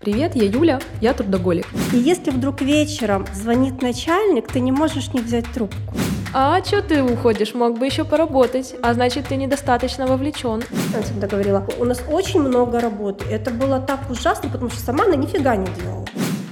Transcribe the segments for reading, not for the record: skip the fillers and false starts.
Привет, я Юля, я трудоголик. И если вдруг вечером звонит начальник, ты не можешь не взять трубку. А чё ты уходишь? Мог бы еще поработать, а значит, ты недостаточно вовлечен. Она всегда говорила, у нас очень много работы. Это было так ужасно, потому что сама она нифига не делала.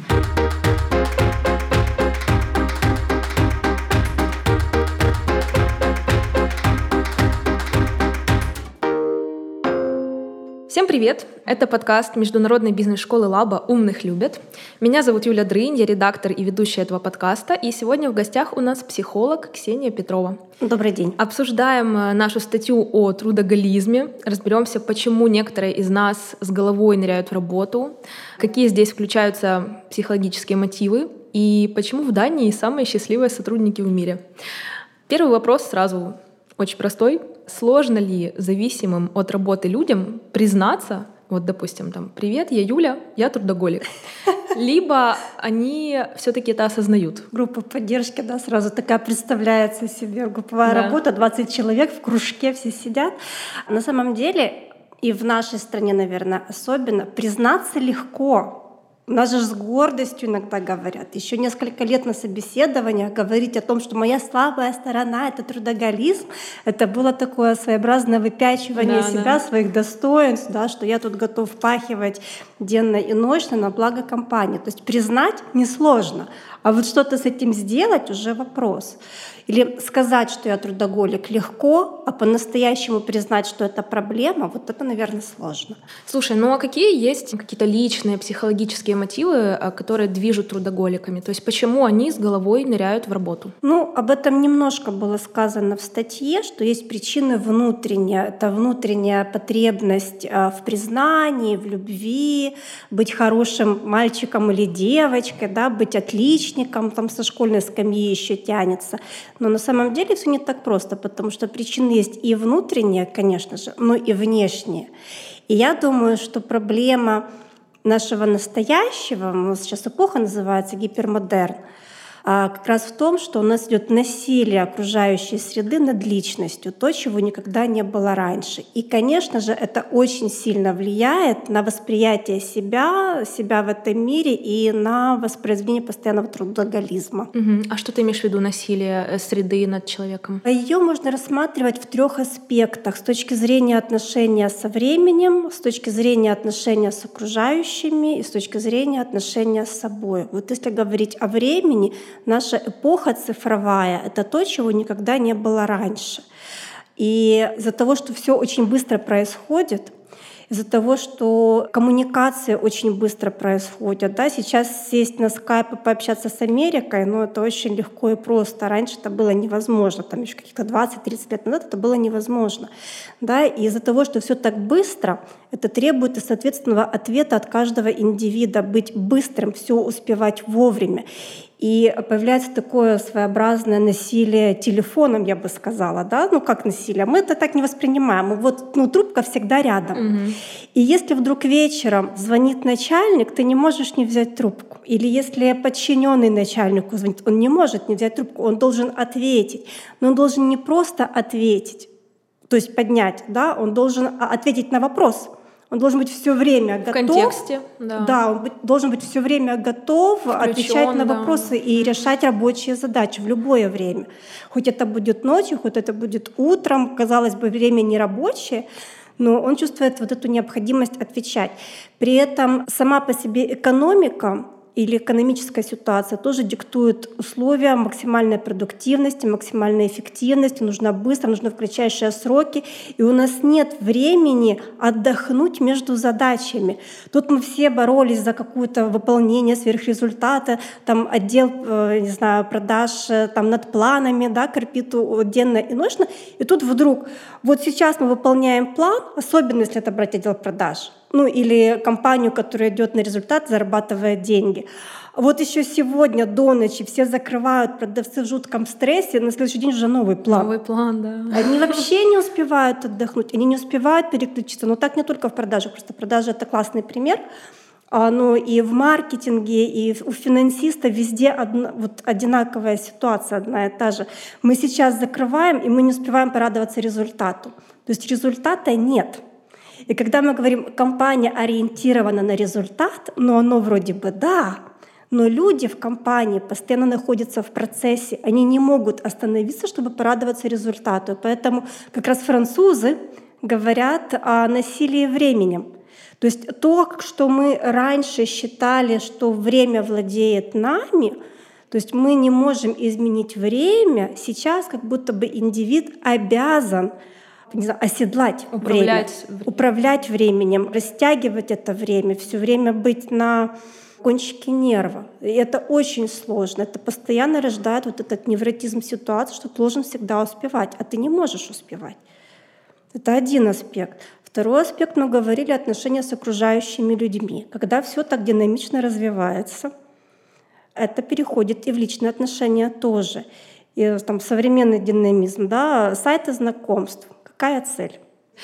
Всем привет! Это подкаст Международной бизнес-школы Лаба «Умных любят». Меня зовут Юля Дрынь, я редактор и ведущая этого подкаста. И сегодня в гостях у нас психолог Ксения Петрова. Добрый день. Обсуждаем нашу статью о трудоголизме. Разберемся, почему некоторые из нас с головой ныряют в работу, какие здесь включаются психологические мотивы и почему в Дании самые счастливые сотрудники в мире. Первый вопрос сразу очень простой. Сложно ли зависимым от работы людям признаться, вот, допустим, «Привет, я Юля, я трудоголик», либо они все-таки это осознают? Группа поддержки, да, сразу такая представляется себе. Групповая работа, 20 человек в кружке, все сидят. На самом деле, и в нашей стране, наверное, особенно, признаться легко. У нас же с гордостью иногда говорят. Еще несколько лет на собеседованиях говорить о том, что моя слабая сторона — это трудоголизм, это было такое своеобразное выпячивание себя, своих достоинств, да, что я тут готов впахивать денно и ночно на благо компании. То есть признать несложно, а вот что-то с этим сделать уже вопрос. Или сказать, что я трудоголик, легко, а по-настоящему признать, что это проблема, вот это, наверное, сложно. Слушай, ну а какие есть какие-то личные психологические мотивы, которые движут трудоголиками? То есть почему они с головой ныряют в работу? Ну, об этом немножко было сказано в статье, что есть причины внутренние. Это внутренняя потребность в признании, в любви, быть хорошим мальчиком или девочкой, да, быть отличником, там со школьной скамьи еще тянется. Но на самом деле все не так просто, потому что причины есть и внутренние, конечно же, но и внешние. И я думаю, что проблема нашего настоящего, у нас сейчас эпоха называется гипермодерн, как раз в том, что у нас идет насилие окружающей среды над личностью, то, чего никогда не было раньше. И, конечно же, это очень сильно влияет на восприятие себя в этом мире и на воспроизведение постоянного трудоголизма. А что ты имеешь в виду насилие среды над человеком? Ее можно рассматривать в 3 аспектах: с точки зрения отношения со временем, с точки зрения отношения с окружающими и с точки зрения отношения с собой. Вот если говорить о времени, наша эпоха цифровая — это то, чего никогда не было раньше. И из-за того, что все очень быстро происходит, из-за того, что коммуникации очень быстро происходят. Да? Сейчас сесть на скайп и пообщаться с Америкой, это очень легко и просто. Раньше это было невозможно. Там еще каких-то 20-30 лет назад это было невозможно. Да? И из-за того, что все так быстро, это требует и соответственного ответа от каждого индивида, быть быстрым, все успевать вовремя. И появляется такое своеобразное насилие телефоном, я бы сказала. Да? Как насилие? Мы это так не воспринимаем. Трубка всегда рядом. И если вдруг вечером звонит начальник, ты не можешь не взять трубку. Или если подчиненный начальнику звонит, он не может не взять трубку, он должен ответить. Но он должен не просто ответить, то есть поднять, да? Он должен ответить на вопрос. Он должен быть все время готов. В контексте, да. Да, он должен быть все время готов отвечать на вопросы и решать рабочие задачи в любое время. Хоть это будет ночью, хоть это будет утром, казалось бы, время не рабочее, но он чувствует вот эту необходимость отвечать. При этом сама по себе экономика или экономическая ситуация тоже диктует условия максимальной продуктивности, максимальной эффективности. Нужно быстро, нужны в кратчайшие сроки. И у нас нет времени отдохнуть между задачами. Тут мы все боролись за какое-то выполнение сверхрезультата, отдел, продаж над планами, да, корпит денно и ночно. И тут вдруг, вот сейчас мы выполняем план, особенно если это брать отдел продаж, или компанию, которая идет на результат, зарабатывает деньги. Вот еще сегодня до ночи все закрывают, продавцы в жутком стрессе, на следующий день уже новый план. Новый план, да. Они вообще не успевают отдохнуть, они не успевают переключиться. Но так не только в продажах, просто продажи — это классный пример. Но и в маркетинге, и у финансиста везде одинаковая ситуация, одна и та же. Мы сейчас закрываем, и мы не успеваем порадоваться результату. То есть результата нет. И когда мы говорим, компания ориентирована на результат, но оно вроде бы да, но люди в компании постоянно находятся в процессе, они не могут остановиться, чтобы порадоваться результату. Поэтому как раз французы говорят о насилии временем. То есть то, что мы раньше считали, что время владеет нами, то есть мы не можем изменить время, сейчас как будто бы индивид обязан, не знаю, оседлать время, управлять временем, растягивать это время, все время быть на кончике нерва. И это очень сложно. Это постоянно рождает вот этот невротизм ситуации, что ты должен всегда успевать, а ты не можешь успевать. Это один аспект. Второй аспект, мы говорили, отношения с окружающими людьми. Когда все так динамично развивается, это переходит и в личные отношения тоже. И там современный динамизм, да, сайты знакомств. Какая цель?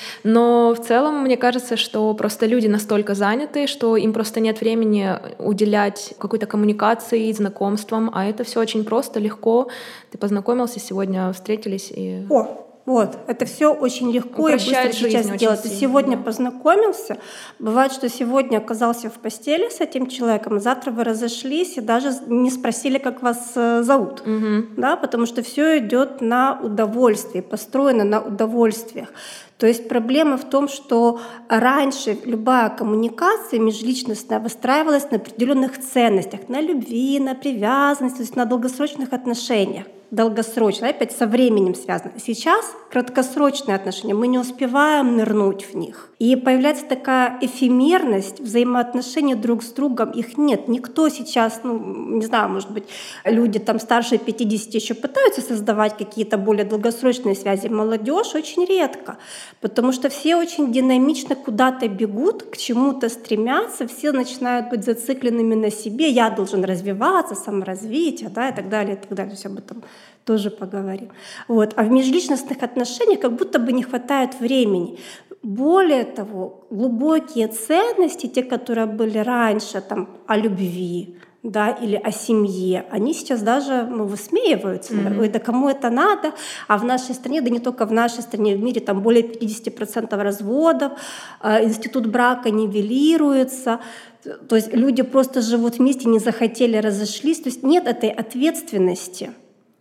Но в целом, мне кажется, что просто люди настолько заняты, что им просто нет времени уделять какой-то коммуникации, знакомствам, а это все очень просто, легко. Ты познакомился сегодня, встретились и... Вот, это все очень легко и быстро сейчас делать. Ты сегодня познакомился, бывает, что сегодня оказался в постели с этим человеком, завтра вы разошлись и даже не спросили, как вас зовут, да, потому что все идет на удовольствие, построено на удовольствиях. То есть проблема в том, что раньше любая коммуникация межличностная выстраивалась на определенных ценностях, на любви, на привязанности, то есть на долгосрочных отношениях. Долгосрочно, опять со временем связано. Сейчас краткосрочные отношения, мы не успеваем нырнуть в них. И появляется такая эфемерность, взаимоотношений друг с другом, их нет. Никто сейчас, не знаю, может быть, люди там старше 50 еще пытаются создавать какие-то более долгосрочные связи. Молодежь очень редко, потому что все очень динамично куда-то бегут, к чему-то стремятся, все начинают быть зацикленными на себе. Я должен развиваться, саморазвитие, да, и так далее, и так далее. Все об этом тоже поговорим. Вот. А в межличностных отношениях как будто бы не хватает времени. Более того, глубокие ценности, те, которые были раньше там, о любви, да, или о семье, они сейчас даже высмеиваются. Ой, да кому это надо? А в нашей стране, да не только в нашей стране, в мире там более 50% разводов, институт брака нивелируется. То есть люди просто живут вместе, не захотели, разошлись. То есть нет этой ответственности.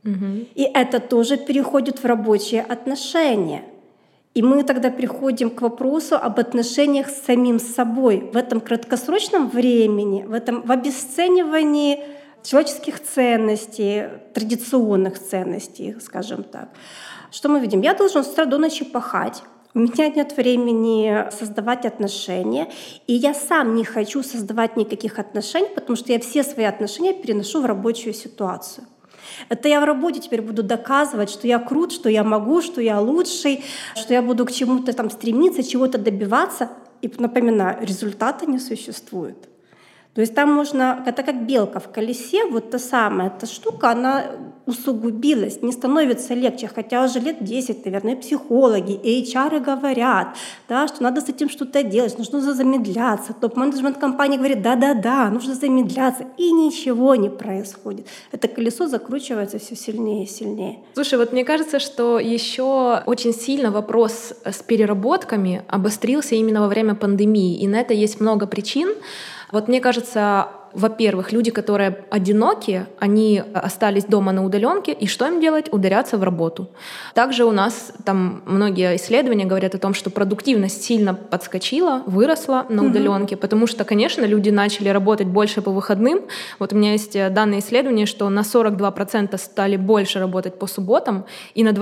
И это тоже переходит в рабочие отношения. И мы тогда приходим к вопросу об отношениях с самим собой в этом краткосрочном времени, в обесценивании человеческих ценностей, традиционных ценностей, скажем так. Что мы видим? Я должен с утра до ночи пахать, у меня нет времени создавать отношения, и я сам не хочу создавать никаких отношений, потому что я все свои отношения переношу в рабочую ситуацию. Это я в работе теперь буду доказывать, что я крут, что я могу, что я лучший, что я буду к чему-то там стремиться, чего-то добиваться. И напоминаю, результата не существует. То есть там можно, это как белка в колесе, вот та самая эта штука, она усугубилась, не становится легче, хотя уже лет 10, наверное, психологи и HR говорят, да, что надо с этим что-то делать, нужно замедляться. Топ-менеджмент компании говорит, да, нужно замедляться, и ничего не происходит. Это колесо закручивается все сильнее и сильнее. Слушай, вот мне кажется, что еще очень сильно вопрос с переработками обострился именно во время пандемии, и на это есть много причин. Вот мне кажется, во-первых, люди, которые одиноки, они остались дома на удаленке, и что им делать? Ударяться в работу. Также у нас там многие исследования говорят о том, что продуктивность сильно подскочила, выросла на удаленке, потому что, конечно, люди начали работать больше по выходным. Вот у меня есть данные исследования, что на 42% стали больше работать по субботам и на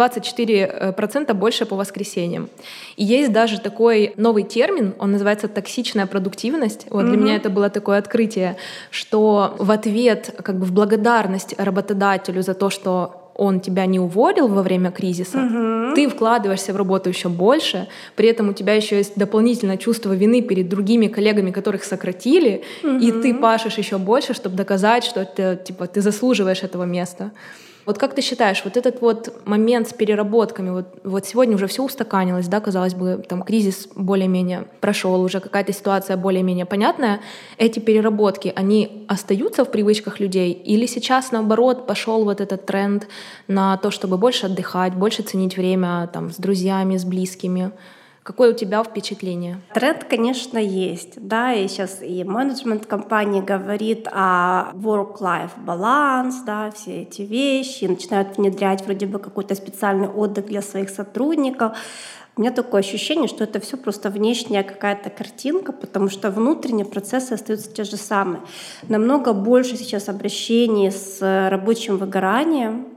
24% больше по воскресеньям. И есть даже такой новый термин, он называется токсичная продуктивность. Вот для меня это было такое открытие, что в ответ, как бы в благодарность работодателю за то, что он тебя не уволил во время кризиса, ты вкладываешься в работу еще больше, при этом у тебя еще есть дополнительное чувство вины перед другими коллегами, которых сократили, и ты пашешь еще больше, чтобы доказать, что ты заслуживаешь этого места. Вот как ты считаешь, вот этот вот момент с переработками, вот сегодня уже все устаканилось, да, казалось бы, там кризис более-менее прошел, уже какая-то ситуация более-менее понятная. Эти переработки, они остаются в привычках людей или сейчас, наоборот, пошел вот этот тренд на то, чтобы больше отдыхать, больше ценить время там, с друзьями, с близкими? Какое у тебя впечатление? Тренд, конечно, есть, да, и сейчас и менеджмент компании говорит о work-life balance, да, все эти вещи, начинают внедрять вроде бы какой-то специальный отдых для своих сотрудников. У меня такое ощущение, что это все просто внешняя какая-то картинка, потому что внутренние процессы остаются те же самые. Намного больше сейчас обращений с рабочим выгоранием,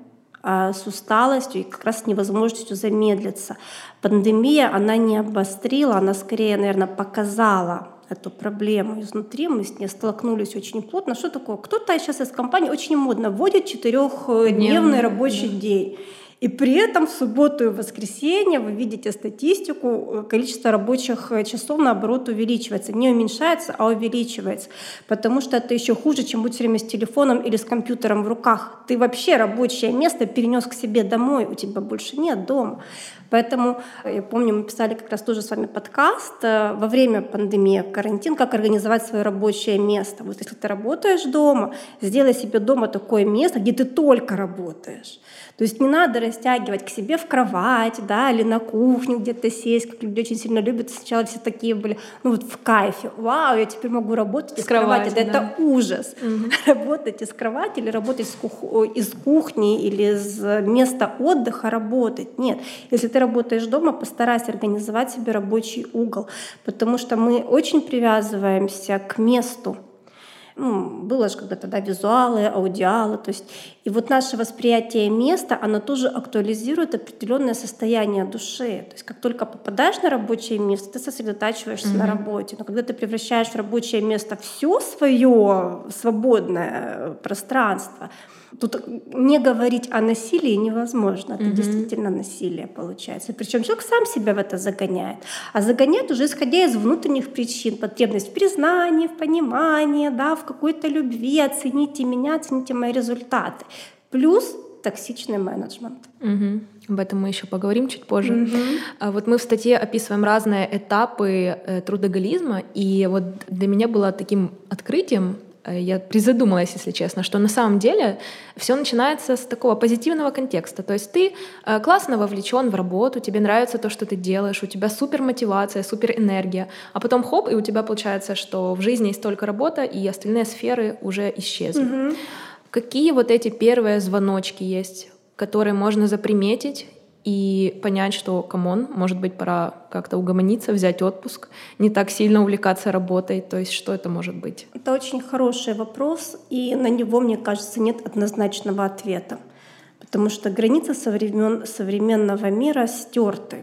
с усталостью и как раз с невозможностью замедлиться. Пандемия, она не обострила, она скорее, наверное, показала эту проблему изнутри. Мы с ней столкнулись очень плотно. Что такое? Кто-то сейчас из компании очень модно вводит 4-дневный рабочий день. И при этом в субботу и воскресенье вы видите статистику, количество рабочих часов, наоборот, увеличивается. Не уменьшается, а увеличивается. Потому что это еще хуже, чем быть все время с телефоном или с компьютером в руках. Ты вообще рабочее место перенес к себе домой, у тебя больше нет дома. Поэтому, я помню, мы писали как раз тоже с вами подкаст во время пандемии, карантин, как организовать свое рабочее место. Вот если ты работаешь дома, сделай себе дома такое место, где ты только работаешь. То есть не надо растягивать к себе в кровать, да, или на кухню где-то сесть, как люди очень сильно любят. Сначала все такие были, ну вот в кайфе. Вау, я теперь могу работать из кровати. Да. Это ужас. Работать из кровати или работать из кухни или из места отдыха работать. Нет. Если ты работаешь дома, постарайся организовать себе рабочий угол, потому что мы очень привязываемся к месту. Было же когда-то визуалы, аудиалы. То есть, и вот наше восприятие места, оно тоже актуализирует определенное состояние души. То есть как только попадаешь на рабочее место, ты сосредотачиваешься на работе. Но когда ты превращаешь в рабочее место все свое свободное пространство, тут не говорить о насилии невозможно. Это действительно насилие получается. Причем человек сам себя в это загоняет. А загоняет уже исходя из внутренних причин. Потребность в признании, в понимании, да, в какой-то любви. Оцените меня, оцените мои результаты. Плюс токсичный менеджмент. Об этом мы еще поговорим чуть позже. Вот мы в статье описываем разные этапы трудоголизма. И вот для меня было таким открытием, я призадумалась, если честно, что на самом деле все начинается с такого позитивного контекста. То есть ты классно вовлечен в работу, тебе нравится то, что ты делаешь, у тебя супер мотивация, супер энергия, а потом хоп, и у тебя получается, что в жизни есть только работа, и остальные сферы уже исчезли. Какие вот эти первые звоночки есть, которые можно заприметить и понять, что, камон, может быть, пора как-то угомониться, взять отпуск, не так сильно увлекаться работой. То есть что это может быть? Это очень хороший вопрос, и на него, мне кажется, нет однозначного ответа. Потому что границы современного мира стерты.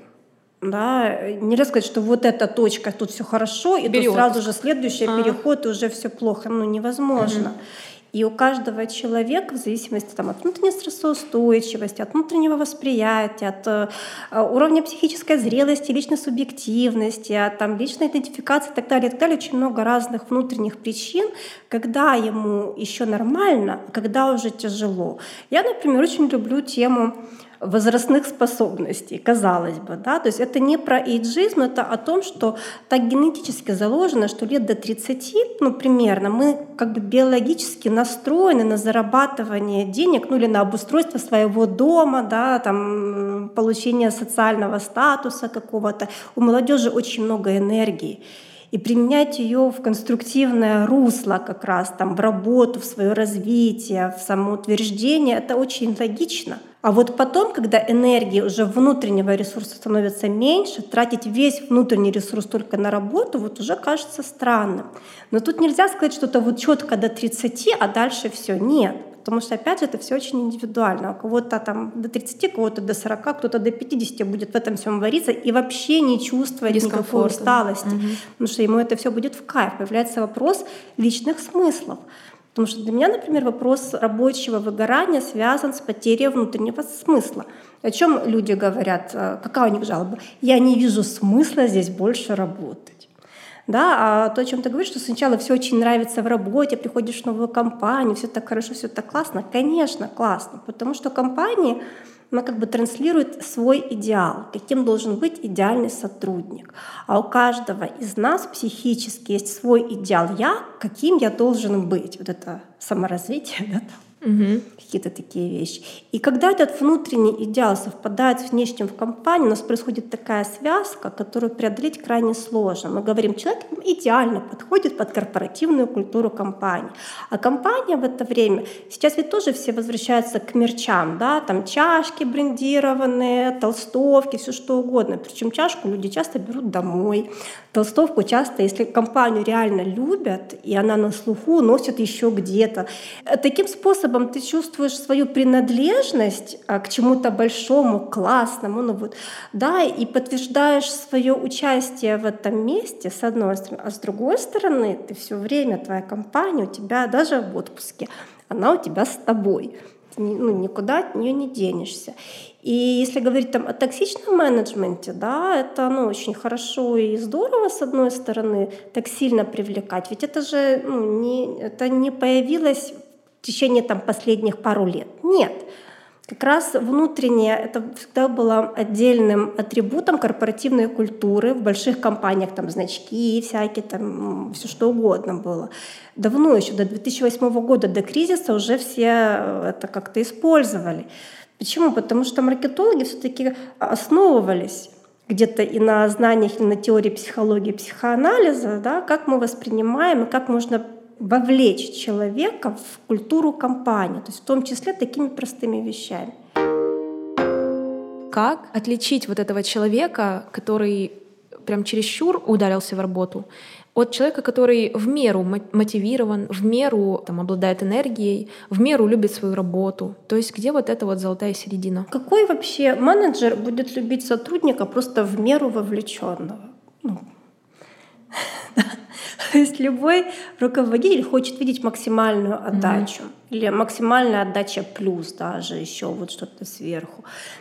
Да? Нельзя сказать, что вот эта точка, тут все хорошо, и тут сразу же следующий переход, и уже все плохо. Невозможно. И у каждого человека, в зависимости от внутренней стрессоустойчивости, от внутреннего восприятия, от уровня психической зрелости, личной субъективности, от личной идентификации и так далее, очень много разных внутренних причин, когда ему еще нормально, когда уже тяжело. Я, например, очень люблю тему возрастных способностей, казалось бы. Да? То есть это не про эйджизм, это о том, что так генетически заложено, что лет до 30, примерно, мы как бы биологически настроены на зарабатывание денег, или на обустройство своего дома, да, получение социального статуса какого-то. У молодежи очень много энергии. И применять ее в конструктивное русло как раз в работу, в свое развитие, в самоутверждение, это очень логично. А вот потом, когда энергии уже внутреннего ресурса становится меньше, тратить весь внутренний ресурс только на работу уже кажется странным. Но тут нельзя сказать что-то четко до 30, а дальше все. Нет. Потому что, опять же, это все очень индивидуально. У кого-то до 30, у кого-то до 40, кто-то до 50 будет в этом всем вариться и вообще не чувствовать никакой усталости. Потому что ему это все будет в кайф. Появляется вопрос личных смыслов. Потому что для меня, например, вопрос рабочего выгорания связан с потерей внутреннего смысла. О чем люди говорят? Какая у них жалоба? Я не вижу смысла здесь больше работать. Да, а то, о чем ты говоришь, что сначала все очень нравится в работе, приходишь в новую компанию, все так хорошо, все так классно. Конечно, классно, потому что компания, она транслирует свой идеал, каким должен быть идеальный сотрудник. А у каждого из нас психически есть свой идеал. Каким я должен быть. Вот это саморазвитие, да, Какие-то такие вещи. И когда этот внутренний идеал совпадает с внешним в компании, у нас происходит такая связка, которую преодолеть крайне сложно. Мы говорим, человек идеально подходит под корпоративную культуру компании. А компания в это время, сейчас ведь тоже все возвращаются к мерчам, да, там чашки брендированные, толстовки, все что угодно. Причем чашку люди часто берут домой. Толстовку часто, если компанию реально любят, и она на слуху, носят еще где-то. Таким способом ты чувствуешь свою принадлежность к чему-то большому, классному, да, и подтверждаешь свое участие в этом месте, с одной стороны, а с другой стороны, ты все время, твоя компания у тебя даже в отпуске, она у тебя с тобой. Ты никуда от нее не денешься. И если говорить там о токсичном менеджменте, да, это очень хорошо и здорово, с одной стороны, так сильно привлекать. Ведь это же это не появилось в течение последних пару лет. Нет. Как раз внутреннее это всегда было отдельным атрибутом корпоративной культуры. В больших компаниях там значки всякие, там все что угодно было. Давно, еще до 2008 года, до кризиса уже все это как-то использовали. Почему? Потому что маркетологи все-таки основывались где-то и на знаниях, и на теории психологии, психоанализа, да, как мы воспринимаем и как можно вовлечь человека в культуру компании, то есть в том числе такими простыми вещами. Как отличить вот этого человека, который прям чересчур ударился в работу, от человека, который в меру мотивирован, в меру обладает энергией, в меру любит свою работу? То есть где вот эта вот золотая середина? Какой вообще менеджер будет любить сотрудника просто в меру вовлеченного? То есть любой руководитель хочет видеть максимальную отдачу или максимальная отдача плюс даже еще вот что-то сверху.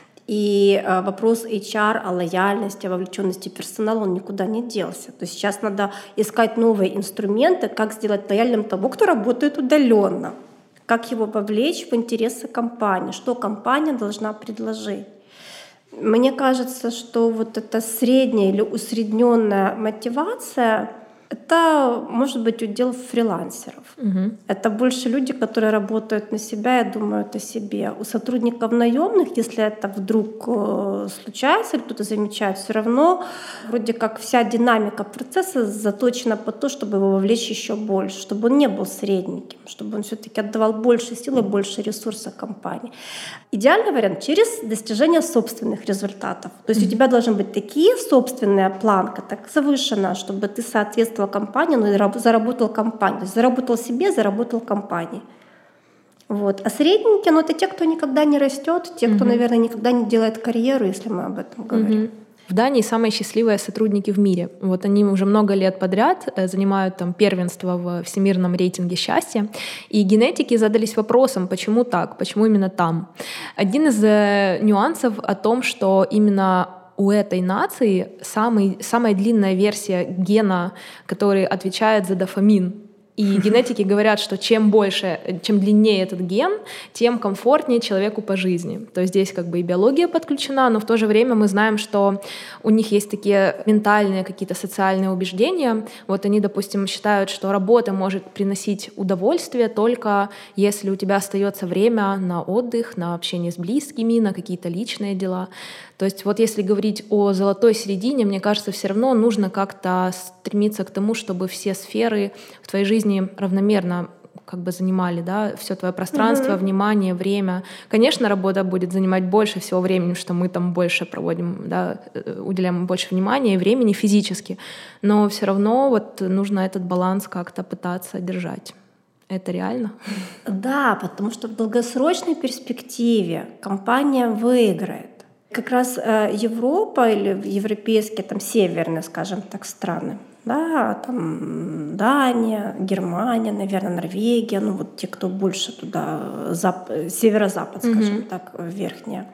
И вопрос HR о лояльности, о вовлеченности персонала, он никуда не делся. То есть сейчас надо искать новые инструменты, как сделать лояльным того, кто работает удаленно, как его вовлечь в интересы компании, что компания должна предложить. Мне кажется, что вот эта средняя или усредненная мотивация — это может быть удел фрилансеров. Это больше люди, которые работают на себя и думают о себе. У сотрудников наемных, если это вдруг случается или кто-то замечает, все равно вроде как вся динамика процесса заточена по то, чтобы его вовлечь еще больше, чтобы он не был средненьким, чтобы он все-таки отдавал больше сил и больше ресурсов компании. Идеальный вариант через достижение собственных результатов. То есть у тебя должны быть такие собственная планка, так завышенная, чтобы ты соответствовал компании, но и заработал компанию. То есть заработал себе, заработал компании. Вот. А средненькие, это те, кто никогда не растет, те, кто, наверное, никогда не делает карьеру, если мы об этом говорим. В Дании самые счастливые сотрудники в мире. Вот они уже много лет подряд занимают первенство в всемирном рейтинге счастья. И генетики задались вопросом, почему так, почему именно там. Один из нюансов о том, что именно у этой нации самая длинная версия гена, который отвечает за дофамин. И генетики говорят, что чем длиннее этот ген, тем комфортнее человеку по жизни. То есть здесь и биология подключена, но в то же время мы знаем, что у них есть такие ментальные какие-то социальные убеждения. Вот они, допустим, считают, что работа может приносить удовольствие только если у тебя остается время на отдых, на общение с близкими, на какие-то личные дела. То есть вот если говорить о золотой середине, мне кажется, все равно нужно как-то стремиться к тому, чтобы все сферы в твоей жизни равномерно занимали, да, все твое пространство, внимание, время. Конечно, работа будет занимать больше всего времени, что мы там больше проводим, да, уделяем больше внимания и времени физически, но все равно нужно этот баланс как-то пытаться держать. Это реально? Да, потому что в долгосрочной перспективе компания выиграет. Как раз Европа или европейские, северные, скажем так, страны, да, Дания, Германия, наверное, Норвегия, те, кто больше туда, северо-запад, скажем так, верхняя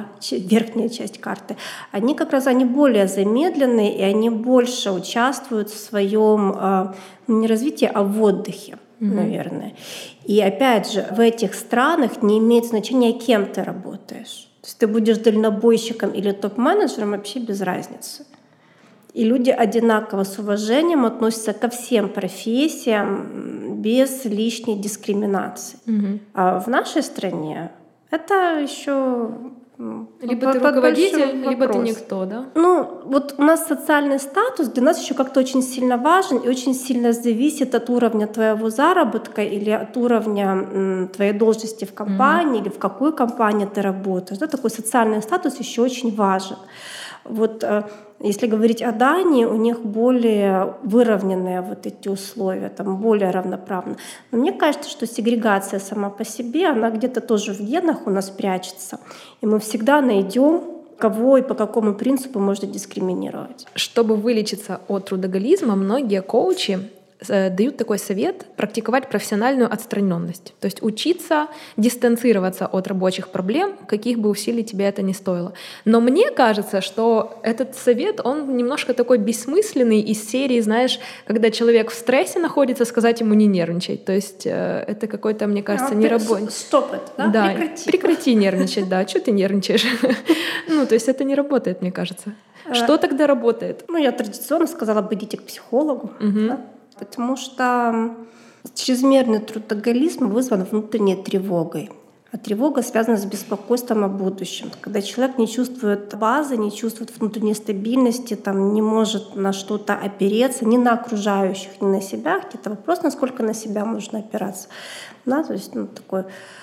часть карты, они более замедленные, и они больше участвуют в своем не развитии, а в отдыхе, наверное. И опять же, в этих странах не имеет значения, кем ты работаешь. То есть ты будешь дальнобойщиком или топ-менеджером, вообще без разницы. И люди одинаково с уважением относятся ко всем профессиям, без лишней дискриминации. А в нашей стране это еще либо ты руководитель, либо ты никто, да? Ну, вот у нас социальный статус для нас еще как-то очень сильно важен и очень сильно зависит от уровня твоего заработка или от уровня твоей должности в компании или в какой компании ты работаешь. Да, такой социальный статус еще очень важен. Вот если говорить о Дании, у них более выровненные вот эти условия, там более равноправно. Но мне кажется, что сегрегация сама по себе, она где-то тоже в генах у нас прячется. И мы всегда найдем, кого и по какому принципу можно дискриминировать. Чтобы вылечиться от трудоголизма, многие коучи дают такой совет — практиковать профессиональную отстраненность, то есть учиться дистанцироваться от рабочих проблем, каких бы усилий тебе это ни стоило. Но мне кажется, что этот совет, он немножко такой бессмысленный из серии, знаешь, когда человек в стрессе находится, сказать ему не нервничать. То есть это какой-то, мне кажется, не работает. Стоп это, да? Да, прекрати нервничать, да. Чего ты нервничаешь? Ну, то есть это не работает, мне кажется. Что тогда работает? Ну, я традиционно сказала бы, идите к психологу, да? Потому что чрезмерный трудоголизм вызван внутренней тревогой. А тревога связана с беспокойством о будущем. Когда человек не чувствует базы, не чувствует внутренней стабильности, там, не может на что-то опереться, ни на окружающих, ни на себя. Это вопрос, насколько на себя можно опираться. Да, то есть такой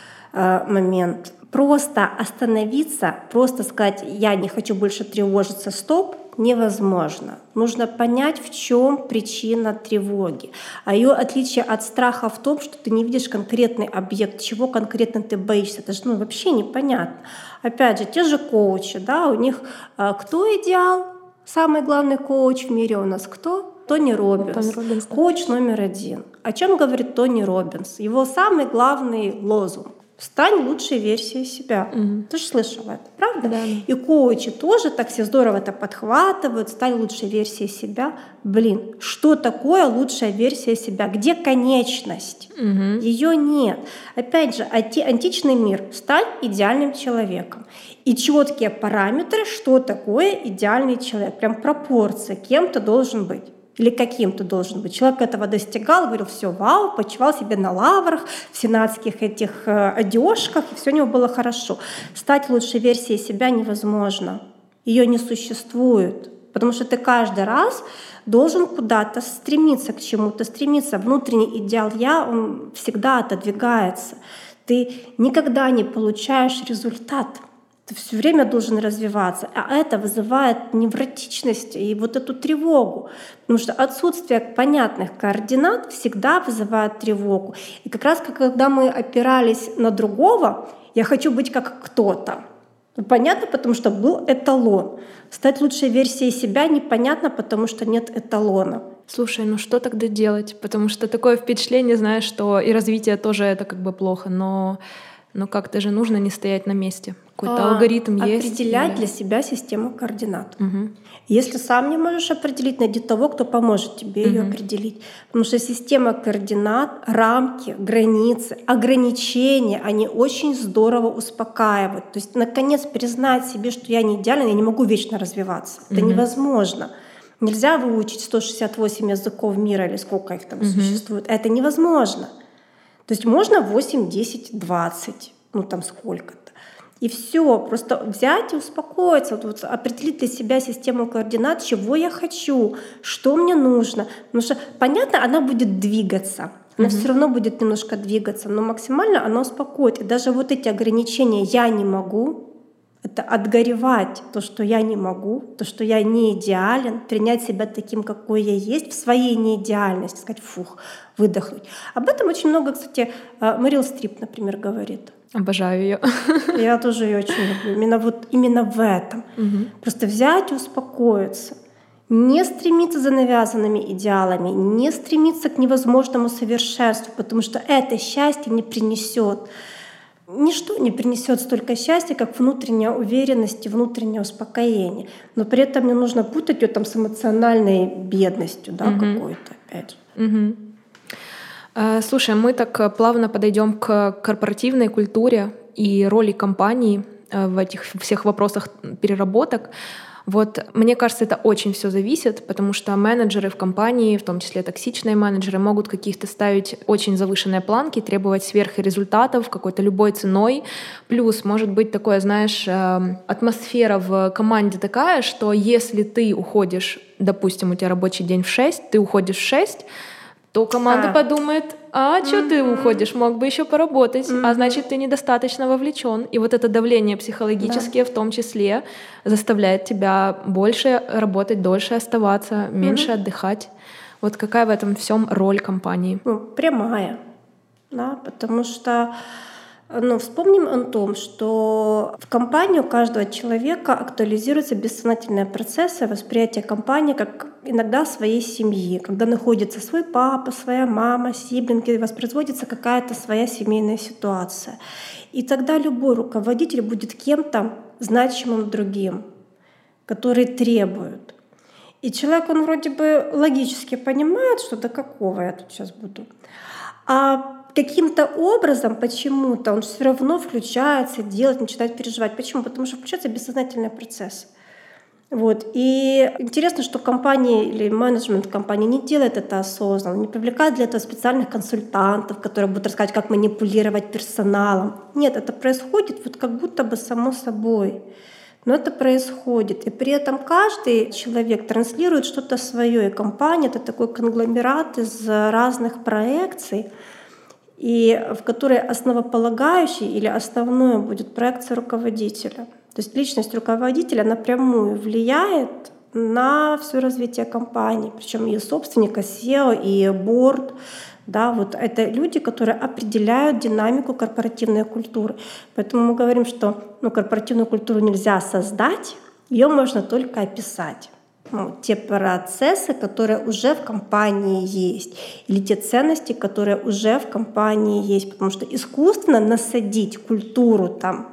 момент. Просто остановиться, просто сказать «я не хочу больше тревожиться, стоп», невозможно. Нужно понять, в чем причина тревоги. А ее отличие от страха в том, что ты не видишь конкретный объект, чего конкретно ты боишься. Это же вообще непонятно. Опять же, те же коучи, да, у них кто идеал? Самый главный коуч в мире у нас кто? Тони Роббинс. Коуч номер 1. О чем говорит Тони Роббинс? Его самый главный лозунг: стань лучшей версией себя. Ты же слышала это, правда? Да. И коучи тоже так все здорово это подхватывают, стань лучшей версией себя. Блин, что такое лучшая версия себя? Где конечность? Ее нет. Опять же, античный мир. Стань идеальным человеком. И четкие параметры, что такое идеальный человек. Прям пропорция, кем ты должен быть. Или каким ты должен быть. Человек этого достигал, говорил: все, вау, почивал себе на лаврах, в сенатских этих одежках, и все у него было хорошо. Стать лучшей версией себя невозможно. Ее не существует. Потому что ты каждый раз должен куда-то стремиться, к чему-то стремиться. Внутренний идеал «я», он всегда отодвигается. Ты никогда не получаешь результат. Ты все время должен развиваться, а это вызывает невротичность и вот эту тревогу, потому что отсутствие понятных координат всегда вызывает тревогу. И как раз когда мы опирались на другого, я хочу быть как кто-то. Понятно, потому что был эталон. Стать лучшей версией себя непонятно, потому что нет эталона. Слушай, ну что тогда делать? Потому что такое впечатление, знаешь, что и развитие тоже это как бы плохо, но как-то же нужно не стоять на месте. Какой-то алгоритм есть. Определять для себя систему координат. Если сам не можешь определить, найди того, кто поможет тебе ее определить. Потому что система координат, рамки, границы, ограничения, они очень здорово успокаивают. То есть, наконец, признать себе, что я не идеальна, я не могу вечно развиваться. Это невозможно. Нельзя выучить 168 языков мира или сколько их там существует. Это невозможно. То есть можно 8, 10, 20, ну там сколько-то. И все, просто взять и успокоиться, вот определить для себя систему координат, чего я хочу, что мне нужно. Потому что, понятно, она будет двигаться, она все равно будет немножко двигаться, но максимально она успокоит. И даже вот эти ограничения «я не могу», это отгоревать то, что я не могу, то, что я не идеален, принять себя таким, какой я есть, в своей неидеальности, сказать «фух», выдохнуть. Об этом очень много, кстати, Мэрил Стрип, например, говорит. Обожаю ее. Я тоже ее очень люблю. Именно в этом. Просто взять и успокоиться. Не стремиться за навязанными идеалами, не стремиться к невозможному совершенству, потому что это счастье не принесет. Ничто не принесет столько счастья, как внутренняя уверенность и внутреннее успокоение. Но при этом не нужно путать ее там с эмоциональной бедностью, да, какой-то, опять же. Слушай, мы так плавно подойдем к корпоративной культуре и роли компании в этих всех вопросах переработок. Вот мне кажется, это очень все зависит, потому что менеджеры в компании, в том числе токсичные менеджеры, могут каких-то ставить очень завышенные планки, требовать сверхрезультатов какой-то любой ценой. Плюс может быть такое, знаешь, атмосфера в команде такая, что если ты уходишь, допустим, у тебя рабочий день в 6, ты уходишь в 6, то команда подумает: а что ты уходишь, мог бы еще поработать, а значит, ты недостаточно вовлечен. И вот это давление психологическое в том числе заставляет тебя больше работать, дольше оставаться, меньше отдыхать. Вот какая в этом всем роль компании? Прямая, да, потому что вспомним о том, что в компании у каждого человека актуализируются бессознательные процессы восприятия компании как иногда своей семьи, когда находится свой папа, своя мама, сиблинги, воспроизводится какая-то своя семейная ситуация. И тогда любой руководитель будет кем-то значимым другим, который требует. И человек, он вроде бы логически понимает, что до какого я тут сейчас буду. А каким-то образом, почему-то он все равно включается, делает, начинает переживать. Почему? Потому что включается бессознательный процесс. Вот. И интересно, что компания или менеджмент компании не делает это осознанно, не привлекает для этого специальных консультантов, которые будут рассказывать, как манипулировать персоналом. Нет, это происходит вот как будто бы само собой. Но это происходит. И при этом каждый человек транслирует что-то свое. И компания — это такой конгломерат из разных проекций, и в которой основополагающей или основной будет проекция руководителя. То есть личность руководителя напрямую влияет на все развитие компании, причем и собственника, SEO, и борд. Да, вот это люди, которые определяют динамику корпоративной культуры. Поэтому мы говорим, что корпоративную культуру нельзя создать, ее можно только описать. Те процессы, которые уже в компании есть, или те ценности, которые уже в компании есть. Потому что искусственно насадить культуру там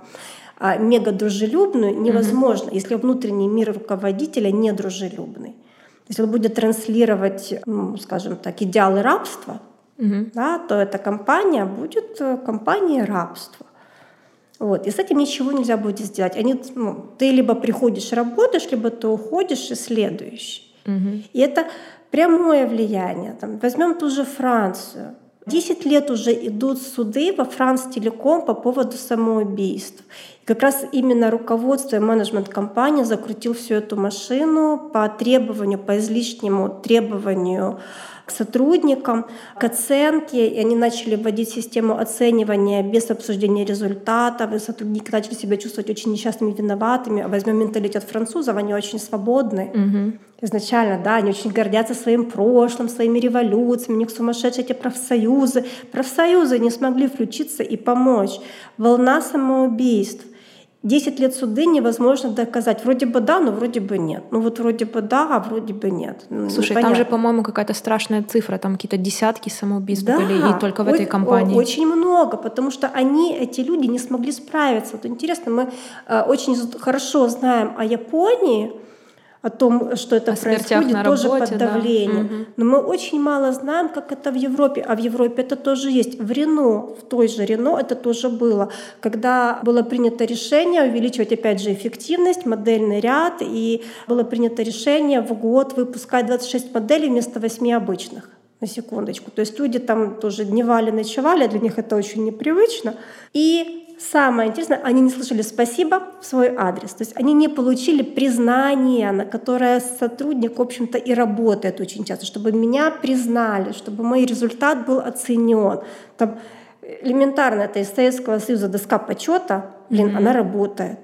мегадружелюбную невозможно, если внутренний мир руководителя недружелюбный. Если он будет транслировать, скажем так, идеалы рабства, да, то эта компания будет компанией рабства. Вот. И с этим ничего нельзя будет сделать. Ты либо приходишь, работаешь, либо ты уходишь и следующий. И это прямое влияние. Возьмем ту же Францию. 10 лет уже идут суды во Франс-Телеком по поводу самоубийств. И как раз именно руководство и менеджмент компании закрутил всю эту машину по требованию, по излишнему требованию к сотрудникам, к оценке, и они начали вводить систему оценивания без обсуждения результатов, и сотрудники начали себя чувствовать очень несчастными, виноватыми. Возьмем менталитет французов, они очень свободны. Изначально, да, они очень гордятся своим прошлым, своими революциями, у них сумасшедшие эти профсоюзы. Профсоюзы не смогли включиться и помочь. Волна самоубийств. 10 лет суды невозможно доказать. Вроде бы да, но вроде бы нет. Вроде бы да, а вроде бы нет. Слушай, непонятно. Там же, по-моему, какая-то страшная цифра, там какие-то десятки самоубийств были, и только в этой компании. Очень много, потому что эти люди не смогли справиться. Вот интересно, мы очень хорошо знаем о Японии, о том, что это происходит, тоже работе, под давлением. Да. Но мы очень мало знаем, как это в Европе. А в Европе это тоже есть. В Рено, в той же Рено это тоже было. Когда было принято решение увеличивать, опять же, эффективность, модельный ряд, и было принято решение в год выпускать 26 моделей вместо 8 обычных. На секундочку. То есть люди там тоже дневали, ночевали, для них это очень непривычно. И самое интересное, они не слышали «спасибо» в свой адрес. То есть они не получили признания, на которое сотрудник, в общем-то, и работает очень часто, чтобы меня признали, чтобы мой результат был оценен. Там элементарно это из Советского Союза доска почета, она работает.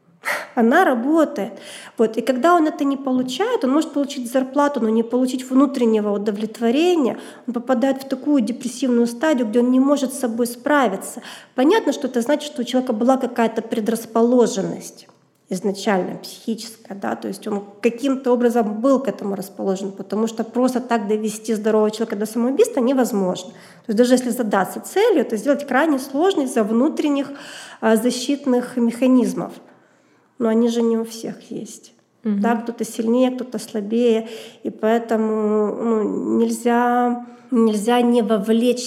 Она работает. Вот. И когда он это не получает, он может получить зарплату, но не получить внутреннего удовлетворения, он попадает в такую депрессивную стадию, где он не может с собой справиться. Понятно, что это значит, что у человека была какая-то предрасположенность изначально психическая, да, то есть он каким-то образом был к этому расположен, потому что просто так довести здорового человека до самоубийства невозможно. То есть даже если задаться целью, это сделать крайне сложно из-за внутренних защитных механизмов. Но они же не у всех есть. Да, кто-то сильнее, кто-то слабее. И поэтому нельзя не вовлечься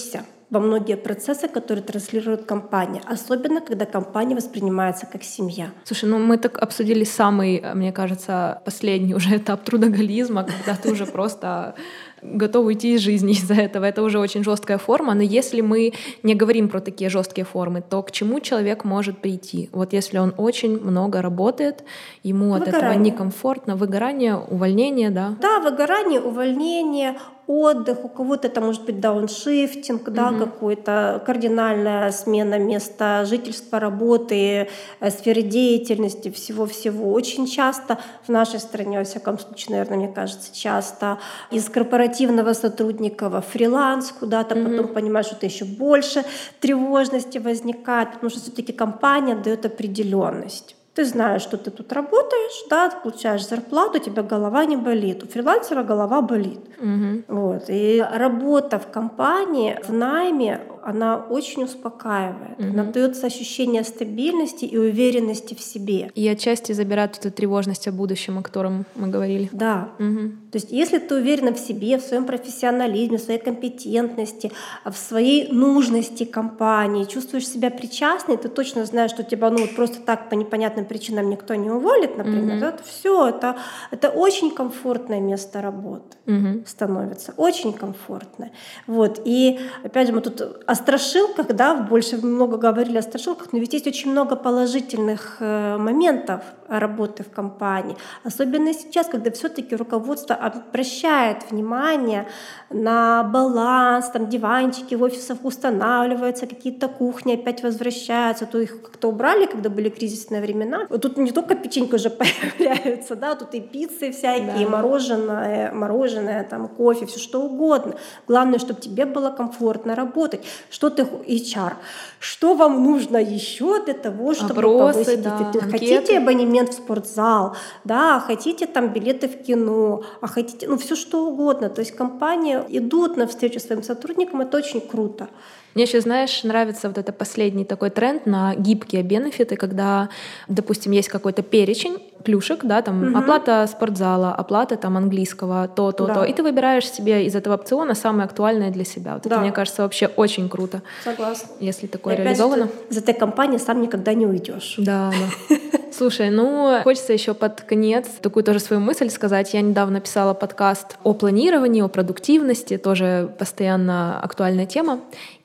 во многие процессы, которые транслирует компания, особенно когда компания воспринимается как семья. Слушай, ну мы так обсудили самый, мне кажется, последний уже этап трудоголизма, когда ты уже просто готов уйти из жизни из-за этого. Это уже очень жесткая форма. Но если мы не говорим про такие жесткие формы, то к чему человек может прийти? Вот если он очень много работает, ему от этого некомфортно, выгорание, увольнение, да? Да, выгорание, увольнение, отдых, у кого-то это может быть дауншифтинг, да, какой-то кардинальная смена места жительства, работы, сферы деятельности, всего-всего. Очень часто в нашей стране, во всяком случае, наверное, мне кажется, часто из корпоративного сотрудника во фриланс куда-то, потом понимаешь, что это еще больше тревожности возникает, потому что все-таки компания дает определенность. Ты знаешь, что ты тут работаешь, да, ты получаешь зарплату, у тебя голова не болит. У фрилансера голова болит. Вот. И работа в компании, в найме, она очень успокаивает. Она дает ощущение стабильности и уверенности в себе. И отчасти забирает эту тревожность о будущем, о котором мы говорили. Да. То есть если ты уверена в себе, в своем профессионализме, в своей компетентности, в своей нужности компании, чувствуешь себя причастной, ты точно знаешь, что тебя вот просто так по непонятным причинам никто не уволит, например, да, то все, это очень комфортное место работы становится, очень комфортное. Вот. И опять же мы тут о страшилках, да, больше много говорили о страшилках, но ведь есть очень много положительных моментов работы в компании, особенно сейчас, когда все-таки руководство обращает внимание на баланс, там диванчики в офисах устанавливаются, какие-то кухни опять возвращаются, то их как-то убрали, когда были кризисные времена. Вот тут не только печенька уже появляются, да, тут и пиццы всякие, да. мороженое, там кофе, все что угодно. Главное, чтобы тебе было комфортно работать. Что ты HR? Что вам нужно еще для того, чтобы повысить эффективность? Хотите абонемент в спортзал, да, хотите там билеты в кино, а хотите, ну все что угодно. То есть компании идут навстречу своим сотрудникам, это очень круто. Мне еще, знаешь, нравится вот это последний такой тренд на гибкие бенефиты, когда, допустим, есть какой-то перечень плюшек, да, там оплата спортзала, оплата там английского, то, и ты выбираешь себе из этого опциона самое актуальное для себя. Вот это, мне кажется, вообще очень круто. Согласна. Если такое реализовано. Опять же, из этой компании сам никогда не уйдешь. Да. Слушай, ну, хочется еще под конец такую тоже свою мысль сказать. Я недавно писала подкаст о планировании, о продуктивности, тоже постоянно актуальная тема.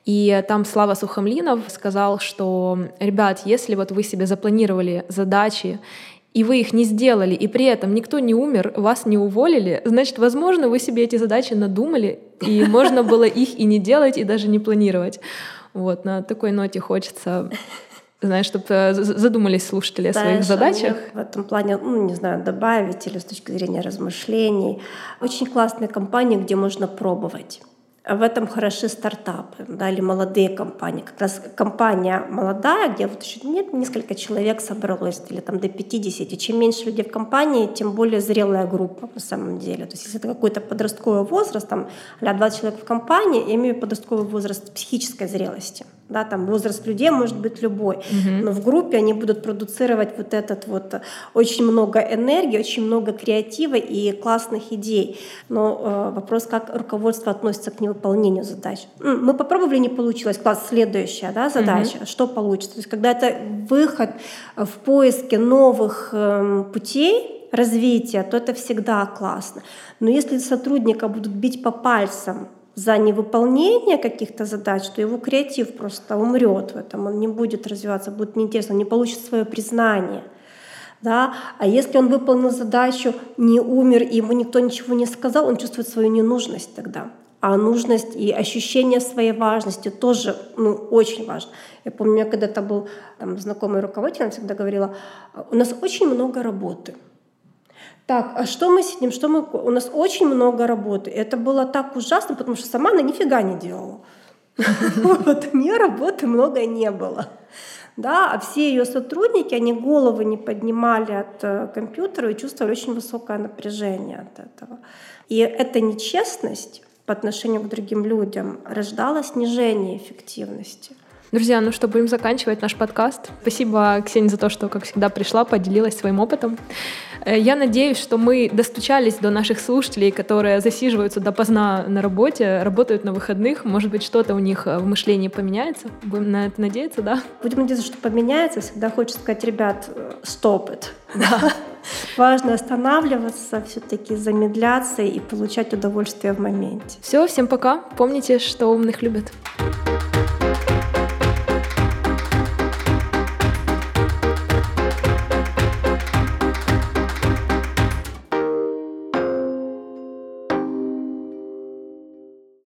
И там Слава Сухомлинов сказал, что, ребят, если вот вы себе запланировали задачи, и вы их не сделали, и при этом никто не умер, вас не уволили, значит, возможно, вы себе эти задачи надумали, и можно было их и не делать, и даже не планировать. Вот, на такой ноте хочется, знаешь, чтобы задумались слушатели о своих задачах. В этом плане, не знаю, добавить или с точки зрения размышлений. Очень классная компания, где можно пробовать. В этом хороши стартапы, да, или молодые компании. Как раз компания молодая, где вот еще нет, несколько человек собралось, или там до 50. И чем меньше людей в компании, тем более зрелая группа на самом деле. То есть если это какой-то подростковый возраст, там, 20 человек в компании, я имею подростковый возраст психической зрелости. Да, там возраст людей может быть любой, но в группе они будут продуцировать вот этот вот очень много энергии, очень много креатива и классных идей. Но вопрос, как руководство относится к невыполнению задач. Мы попробовали, не получилось. Класс, следующая, да, задача. Что получится? То есть когда это выход в поиске новых путей развития, то это всегда классно. Но если сотрудника будут бить по пальцам за невыполнение каких-то задач, то его креатив просто умрет в этом, он не будет развиваться, будет неинтересно, он не получит свое признание. Да? А если он выполнил задачу, не умер, и ему никто ничего не сказал, он чувствует свою ненужность тогда. А нужность и ощущение своей важности тоже очень важно. Я помню, у меня когда-то был знакомый руководитель, она всегда говорила, у нас очень много работы. Так, а что мы сидим, у нас очень много работы. И это было так ужасно, потому что сама она нифига не делала. У нее работы много не было. Да, а все ее сотрудники, они головы не поднимали от компьютера и чувствовали очень высокое напряжение от этого. И эта нечестность по отношению к другим людям рождала снижение эффективности. Друзья, ну что, будем заканчивать наш подкаст. Спасибо, Ксения, за то, что, как всегда, пришла, поделилась своим опытом. Я надеюсь, что мы достучались до наших слушателей, которые засиживаются допоздна на работе, работают на выходных. Может быть, что-то у них в мышлении поменяется. Будем на это надеяться, да? Будем надеяться, что поменяется. Всегда хочется сказать, ребят, stop it. Да. Важно останавливаться, все-таки замедляться и получать удовольствие в моменте. Все, всем пока. Помните, что умных любят.